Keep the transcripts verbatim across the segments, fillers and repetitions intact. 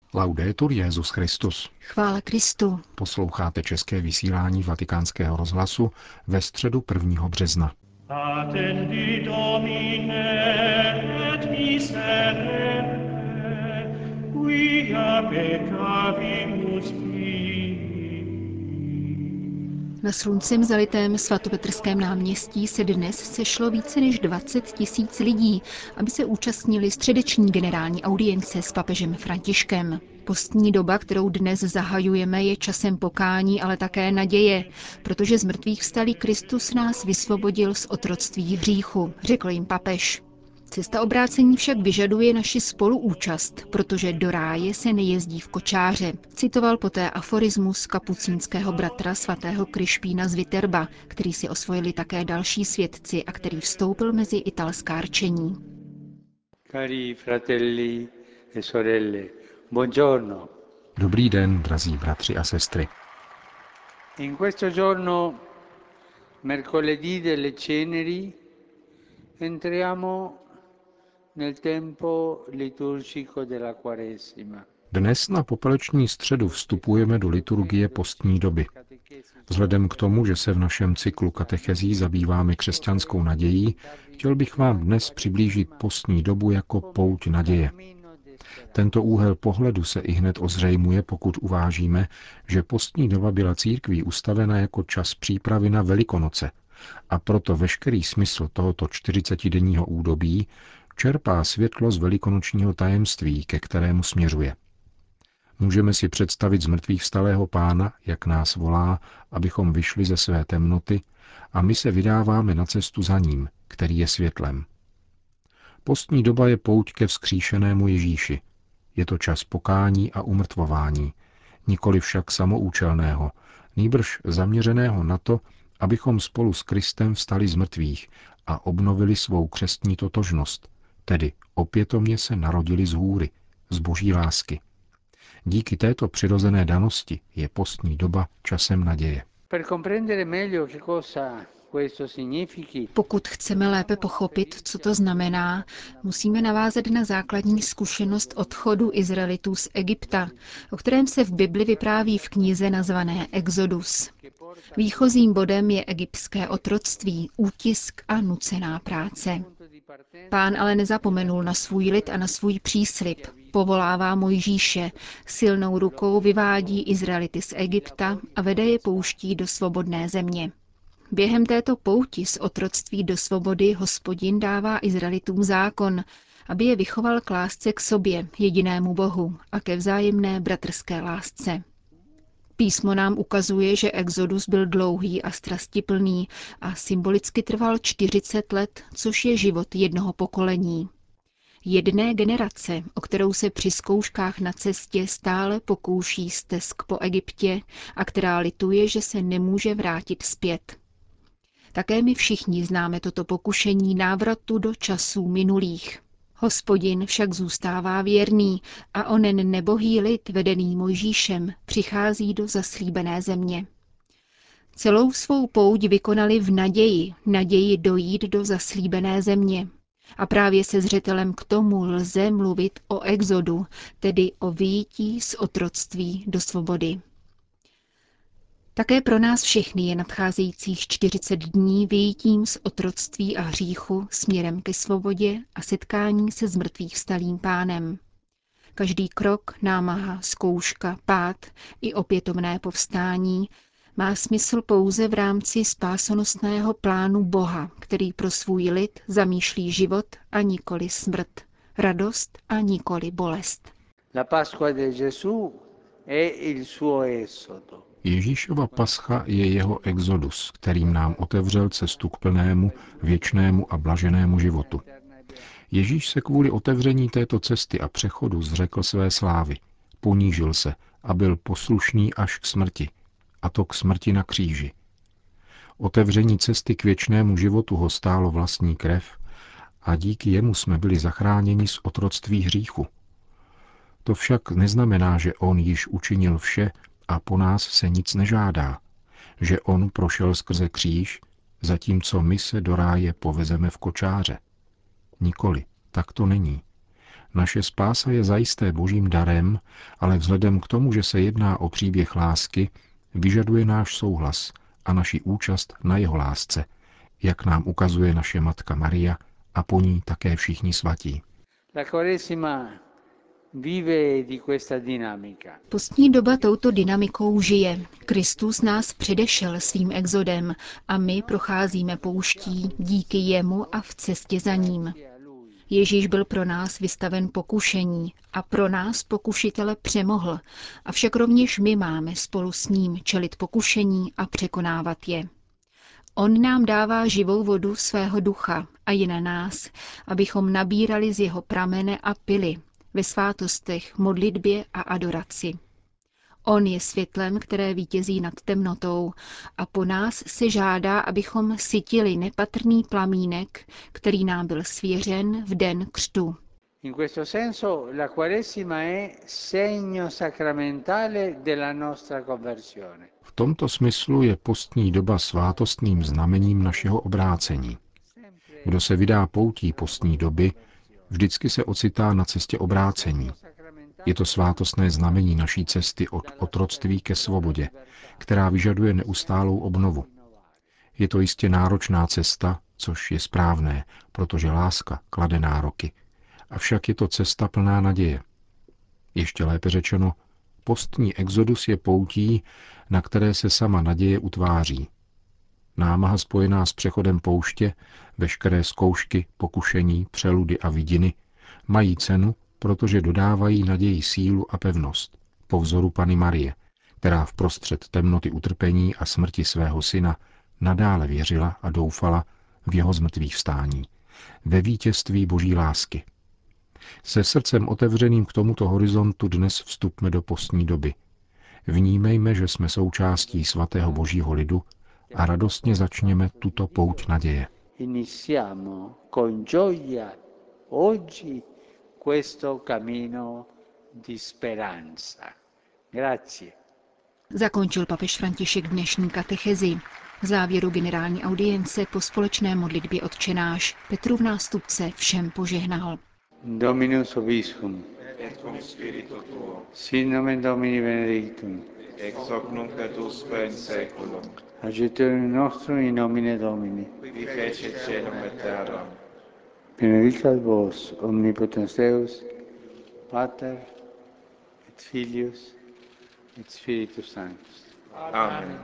Laudetur Jesus Christus. Chvála Kristu. Posloucháte české vysílání Vatikánského rozhlasu ve středu prvního března. Attendi Domine et miserere, quia peccavimus Na sluncem zalitém svatopetrském náměstí se dnes sešlo více než dvacet tisíc lidí, aby se účastnili středeční generální audience s papežem Františkem. Postní doba, kterou dnes zahajujeme, je časem pokání, ale také naděje, protože z mrtvých vstalý Kristus nás vysvobodil z otroctví hříchu, řekl jim papež. Cesta obrácení však vyžaduje naši spoluúčast, protože do ráje se nejezdí v kočáře, citoval poté aforismus kapucínského bratra svatého Krišpína z Viterba, který si osvojili také další svědci a který vstoupil mezi italská rčení. Cari fratelli e sorelle, buongiorno. Dobrý den, drazí bratři a sestry. In questo giorno, mercoledì delle ceneri, entriamo nel tempo liturgico della Quaresima. Dnes na popeleční středu vstupujeme do liturgie postní doby. Vzhledem k tomu, že se v našem cyklu katechezí zabýváme křesťanskou nadějí, chtěl bych vám dnes přiblížit postní dobu jako pouť naděje. Tento úhel pohledu se ihned ozřejmuje, pokud uvážíme, že postní doba byla církví ustavena jako čas přípravy na Velikonoce a proto veškerý smysl tohoto čtyřicetidenního údobí čerpá světlo z velikonočního tajemství, ke kterému směřuje. Můžeme si představit zmrtvých vstalého Pána, jak nás volá, abychom vyšli ze své temnoty, a my se vydáváme na cestu za ním, který je světlem. Postní doba je pouť ke vzkříšenému Ježíši. Je to čas pokání a umrtvování, nikoli však samoučelného, nýbrž zaměřeného na to, abychom spolu s Kristem vstali z mrtvých a obnovili svou křestní totožnost, tedy opětovně se narodili z hůry, z boží lásky. Díky této přirozené danosti je postní doba časem naděje. Pokud chceme lépe pochopit, co to znamená, musíme navázat na základní zkušenost odchodu Izraelitů z Egypta, o kterém se v Bibli vypráví v knize nazvané Exodus. Výchozím bodem je egyptské otroctví, útisk a nucená práce. Pán ale nezapomenul na svůj lid a na svůj příslib. Povolává Mojžíše, silnou rukou vyvádí Izraelity z Egypta a vede je pouští do svobodné země. Během této pouti z otroctví do svobody Hospodin dává Izraelitům zákon, aby je vychoval k lásce k sobě, jedinému Bohu, a ke vzájemné bratrské lásce. Písmo nám ukazuje, že Exodus byl dlouhý a strastiplný a symbolicky trval čtyřicet let, což je život jednoho pokolení. Jedné generace, o kterou se při zkouškách na cestě stále pokouší stesk po Egyptě a která lituje, že se nemůže vrátit zpět. Také my všichni známe toto pokušení návratu do časů minulých. Hospodin však zůstává věrný a onen nebohý lid, vedený Mojžíšem, přichází do zaslíbené země. Celou svou pouť vykonali v naději, naději dojít do zaslíbené země. A právě se zřetelem k tomu lze mluvit o exodu, tedy o vyjití z otroctví do svobody. Také pro nás všechny je nadcházejících čtyřicet dní vyjitím z otroctví a hříchu směrem ke svobodě a setkání se zmrtvých vstalým Pánem. Každý krok, námaha, zkouška, pád i opětovné povstání má smysl pouze v rámci spásonosného plánu Boha, který pro svůj lid zamýšlí život a nikoli smrt, radost a nikoli bolest. La Pasqua di Gesù è il suo esodo. Ježíšova pascha je jeho exodus, kterým nám otevřel cestu k plnému, věčnému a blaženému životu. Ježíš se kvůli otevření této cesty a přechodu zřekl své slávy, ponížil se a byl poslušný až k smrti, a to k smrti na kříži. Otevření cesty k věčnému životu ho stálo vlastní krev a díky jemu jsme byli zachráněni z otroctví hříchu. To však neznamená, že on již učinil vše a po nás se nic nežádá, že on prošel skrze kříž, zatímco my se do ráje povezeme v kočáře. Nikoli, tak to není. Naše spása je zajisté božím darem, ale vzhledem k tomu, že se jedná o příběh lásky, vyžaduje náš souhlas a naši účast na jeho lásce, jak nám ukazuje naše Matka Maria a po ní také všichni svatí. Postní doba touto dynamikou žije. Kristus nás předešel svým exodem a my procházíme pouští díky jemu a v cestě za ním. Ježíš byl pro nás vystaven pokušení a pro nás pokušitele přemohl, avšak rovněž my máme spolu s ním čelit pokušení a překonávat je. On nám dává živou vodu svého ducha a je na nás, abychom nabírali z jeho pramene a pili ve svátostech, modlitbě a adoraci. On je světlem, které vítězí nad temnotou a po nás se žádá, abychom sytili nepatrný plamínek, který nám byl svěřen v den křtu. In questo senso la Quaresima è segno sacramentale della nostra conversione. V tomto smyslu je postní doba svátostným znamením našeho obrácení. Kdo se vydá poutí postní doby, vždycky se ocitá na cestě obrácení. Je to svátostné znamení naší cesty od otroctví ke svobodě, která vyžaduje neustálou obnovu. Je to jistě náročná cesta, což je správné, protože láska klade nároky. Avšak je to cesta plná naděje. Ještě lépe řečeno, postní exodus je poutí, na které se sama naděje utváří. Námaha spojená s přechodem pouště, veškeré zkoušky, pokušení, přeludy a vidiny mají cenu, protože dodávají naději sílu a pevnost, po vzoru Panny Marie, která v prostřed temnoty utrpení a smrti svého syna nadále věřila a doufala v jeho zmrtvých vstání, ve vítězství boží lásky. Se srdcem otevřeným k tomuto horizontu dnes vstupme do postní doby. Vnímejme, že jsme součástí svatého božího lidu a radostně začněme tuto pouť naděje. Iniziamo con gioia oggi questo cammino di speranza. Grazie. Zakončil papež František dnešní katechezi. V závěru generální audience po společné modlitbě Otčenáš Petrův nástupce všem požehnal. Dominus vobiscum. Et cum spiritu tuo, Sin nomen Domini benedictum. ex hoc nunc et usque in saeculum, Aiuterium nostrum in nomine Domini. qui fecit caelum et terram. Benedicat vos omnipotens Deus, Pater et Filius et Spiritus Sanctus. Amen.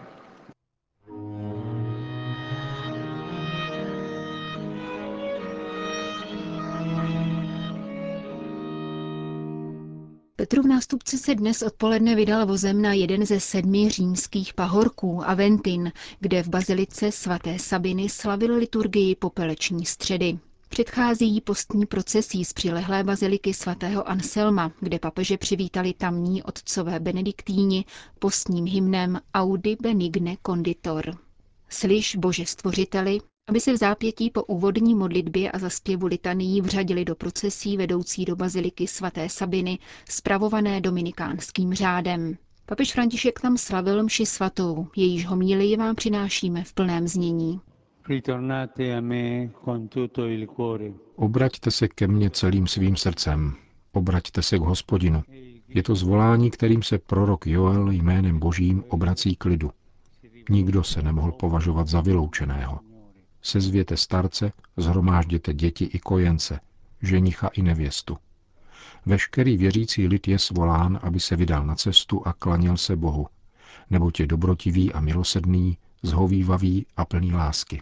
Petrův nástupce se dnes odpoledne vydal vozem na jeden ze sedmi římských pahorků Aventin, kde v bazilice svaté Sabiny slavil liturgii popeleční středy. Předchází jí postní procesí z přilehlé baziliky svatého Anselma, kde papeže přivítali tamní otcové benediktíni postním hymnem Audi benigne conditor. Slyš, Bože stvořiteli, aby se v zápětí po úvodní modlitbě a zaspěvu litanií vřadili do procesí vedoucí do baziliky svaté Sabiny, spravované dominikánským řádem. Papež František tam slavil mši svatou, jejíž homílii vám přinášíme v plném znění. Ritornate a me con tutto il cuore. Obraťte se ke mně celým svým srdcem. Obraťte se k Hospodinu. Je to zvolání, kterým se prorok Joel jménem Božím obrací k lidu. Nikdo se nemohl považovat za vyloučeného. Sezvěte starce, shromážděte děti i kojence, ženicha i nevěstu. Veškerý věřící lid je svolán, aby se vydal na cestu a klaněl se Bohu, neboť je dobrotivý a milosrdný, zhovívavý a plný lásky.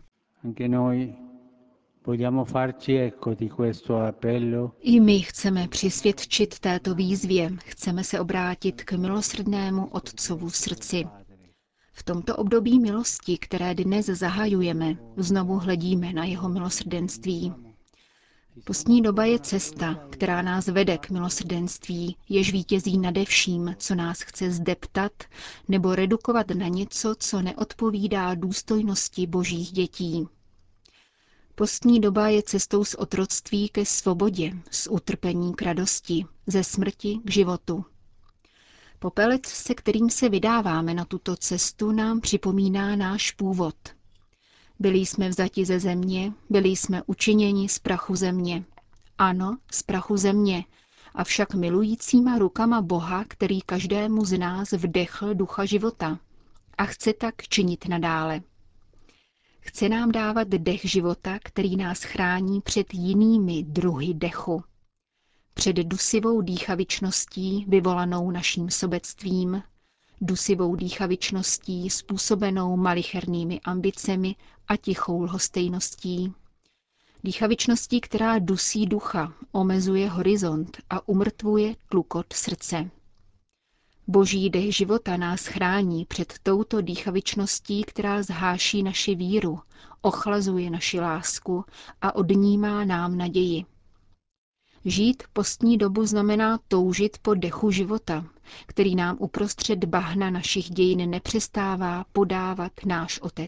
I my chceme přisvědčit této výzvě, chceme se obrátit k milosrdnému Otcovu srdci. V tomto období milosti, které dnes zahajujeme, znovu hledíme na jeho milosrdenství. Postní doba je cesta, která nás vede k milosrdenství, jež vítězí nade vším, co nás chce zdeptat nebo redukovat na něco, co neodpovídá důstojnosti božích dětí. Postní doba je cestou z otroctví ke svobodě, z utrpení k radosti, ze smrti k životu. Popelec, se kterým se vydáváme na tuto cestu, nám připomíná náš původ. Byli jsme vzati ze země, byli jsme učiněni z prachu země. Ano, z prachu země, avšak milujícíma rukama Boha, který každému z nás vdechl ducha života a chce tak činit nadále. Chce nám dávat dech života, který nás chrání před jinými druhy dechu. Před dusivou dýchavičností vyvolanou naším sobectvím, dusivou dýchavičností způsobenou malichernými ambicemi a tichou lhostejností, dýchavičností, která dusí ducha, omezuje horizont a umrtvuje tlukot srdce. Boží dech života nás chrání před touto dýchavičností, která zháší naši víru, ochlazuje naši lásku a odnímá nám naději. Žít postní dobu znamená toužit po dechu života, který nám uprostřed bahna našich dějin nepřestává podávat náš Otec.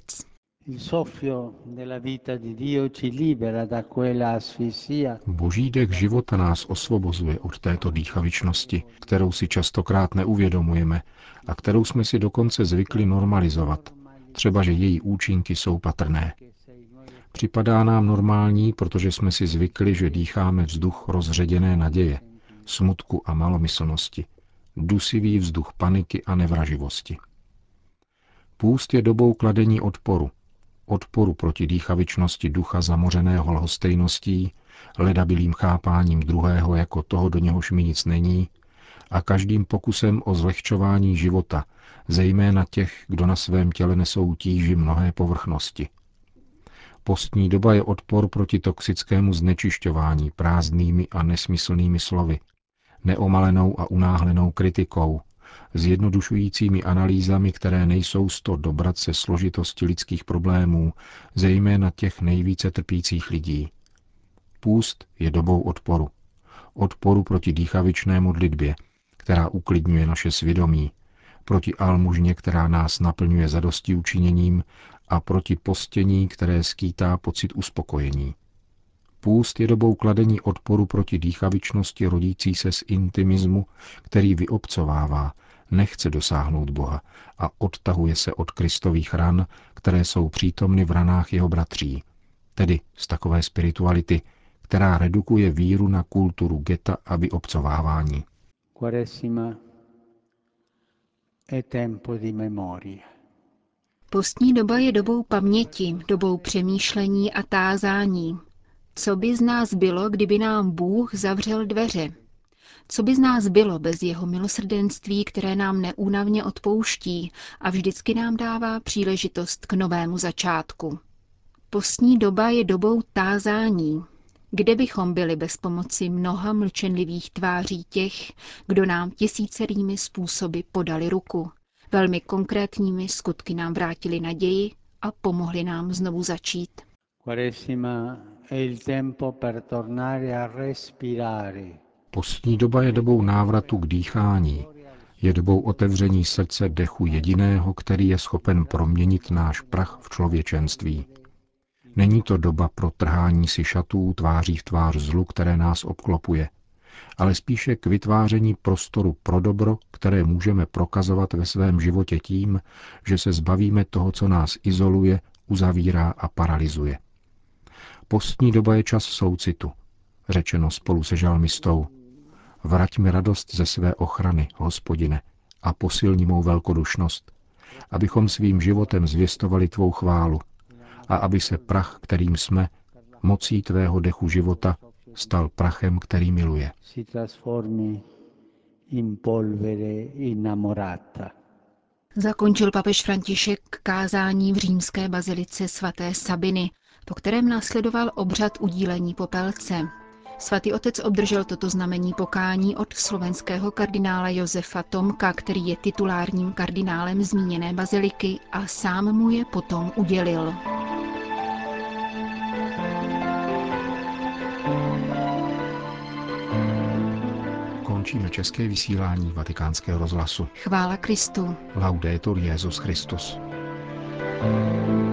Boží dech života nás osvobozuje od této dýchavičnosti, kterou si častokrát neuvědomujeme a kterou jsme si dokonce zvykli normalizovat, třeba že její účinky jsou patrné. Připadá nám normální, protože jsme si zvykli, že dýcháme vzduch rozředěné naděje, smutku a malomyslnosti, dusivý vzduch paniky a nevraživosti. Půst je dobou kladení odporu, odporu proti dýchavičnosti ducha zamořeného lhostejností, ledabilým chápáním druhého jako toho, do něhož mi nic není, a každým pokusem o zlehčování života, zejména těch, kdo na svém těle nesou tíži mnohé povrchnosti. Postní doba je odpor proti toxickému znečišťování prázdnými a nesmyslnými slovy, neomalenou a unáhlenou kritikou, zjednodušujícími analýzami, které nejsou sto dobrat se složitosti lidských problémů, zejména těch nejvíce trpících lidí. Půst je dobou odporu. Odporu proti dýchavičné modlitbě, která uklidňuje naše svědomí, proti almužně, která nás naplňuje zadostiučiněním, a proti postění, které skýtá pocit uspokojení. Půst je dobou kladení odporu proti dýchavičnosti rodící se z intimismu, který vyobcovává, nechce dosáhnout Boha a odtahuje se od Kristových ran, které jsou přítomny v ranách jeho bratří, tedy z takové spirituality, která redukuje víru na kulturu geta a vyobcovávání. Quaresima è tempo di memoria. Postní doba je dobou paměti, dobou přemýšlení a tázání. Co by z nás bylo, kdyby nám Bůh zavřel dveře? Co by z nás bylo bez jeho milosrdenství, které nám neúnavně odpouští a vždycky nám dává příležitost k novému začátku? Postní doba je dobou tázání. Kde bychom byli bez pomoci mnoha mlčenlivých tváří těch, kdo nám tisícerými způsoby podali ruku? Velmi konkrétními skutky nám vrátili naději a pomohli nám znovu začít. Postní doba je dobou návratu k dýchání. Je dobou otevření srdce dechu jediného, který je schopen proměnit náš prach v člověčenství. Není to doba pro trhání si šatů tváří v tvář zlu, které nás obklopuje, ale spíše k vytváření prostoru pro dobro, které můžeme prokazovat ve svém životě tím, že se zbavíme toho, co nás izoluje, uzavírá a paralyzuje. Postní doba je čas soucitu, řečeno spolu se žalmistou. Vrať mi radost ze své ochrany, Hospodine, a posilni mou velkodušnost, abychom svým životem zvěstovali tvou chválu a aby se prach, kterým jsme, mocí tvého dechu života, stal prachem, který miluje. Zakončil papež František kázání v římské bazilice svaté Sabiny, po kterém následoval obřad udílení popelce. Svatý otec obdržel toto znamení pokání od slovenského kardinála Josefa Tomka, který je titulárním kardinálem zmíněné baziliky, a sám mu je potom udělil. Končíme české vysílání Vatikánského rozhlasu. Chvála Kristu. Laudetur Jesus Christus.